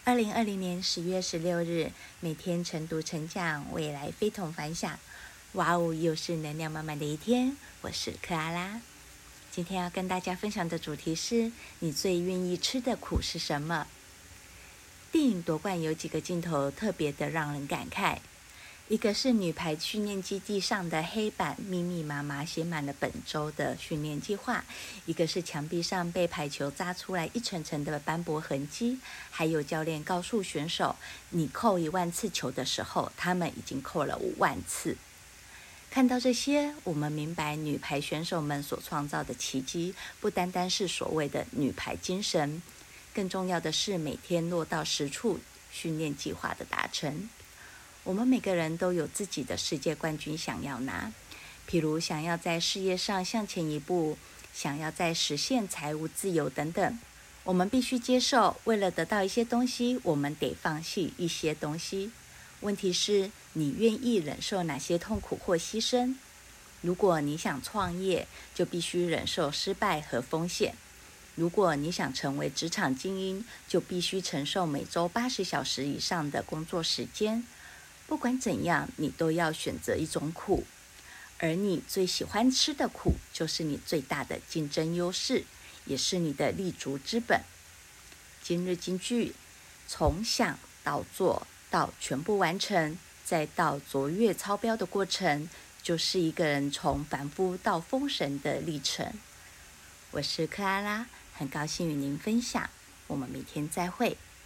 2020年10月16日，每天晨读晨讲，未来非同凡响。哇哦，又是能量满满的一天。我是克拉拉，今天要跟大家分享的主题是：你最愿意吃的苦是什么？电影夺冠有几个镜头特别的让人感慨。一个是女排训练基地上的黑板密密麻麻写满了本周的训练计划，一个是墙壁上被排球扎出来一层层的斑驳痕迹，还有教练告诉选手，你扣10000次球的时候，他们已经扣了50000次。看到这些，我们明白女排选手们所创造的奇迹，不单单是所谓的女排精神，更重要的是每天落到实处训练计划的达成。我们每个人都有自己的世界冠军想要拿，譬如想要在事业上向前一步，想要再实现财务自由等等。我们必须接受，为了得到一些东西，我们得放弃一些东西。问题是，你愿意忍受哪些痛苦或牺牲？如果你想创业，就必须忍受失败和风险。如果你想成为职场精英，就必须承受每周80小时以上的工作时间。不管怎样，你都要选择一种苦，而你最喜欢吃的苦，就是你最大的竞争优势，也是你的立足之本。今日金句：从想到做到全部完成，再到卓越超标的过程，就是一个人从凡夫到封神的历程。我是克拉拉，很高兴与您分享，我们明天再会。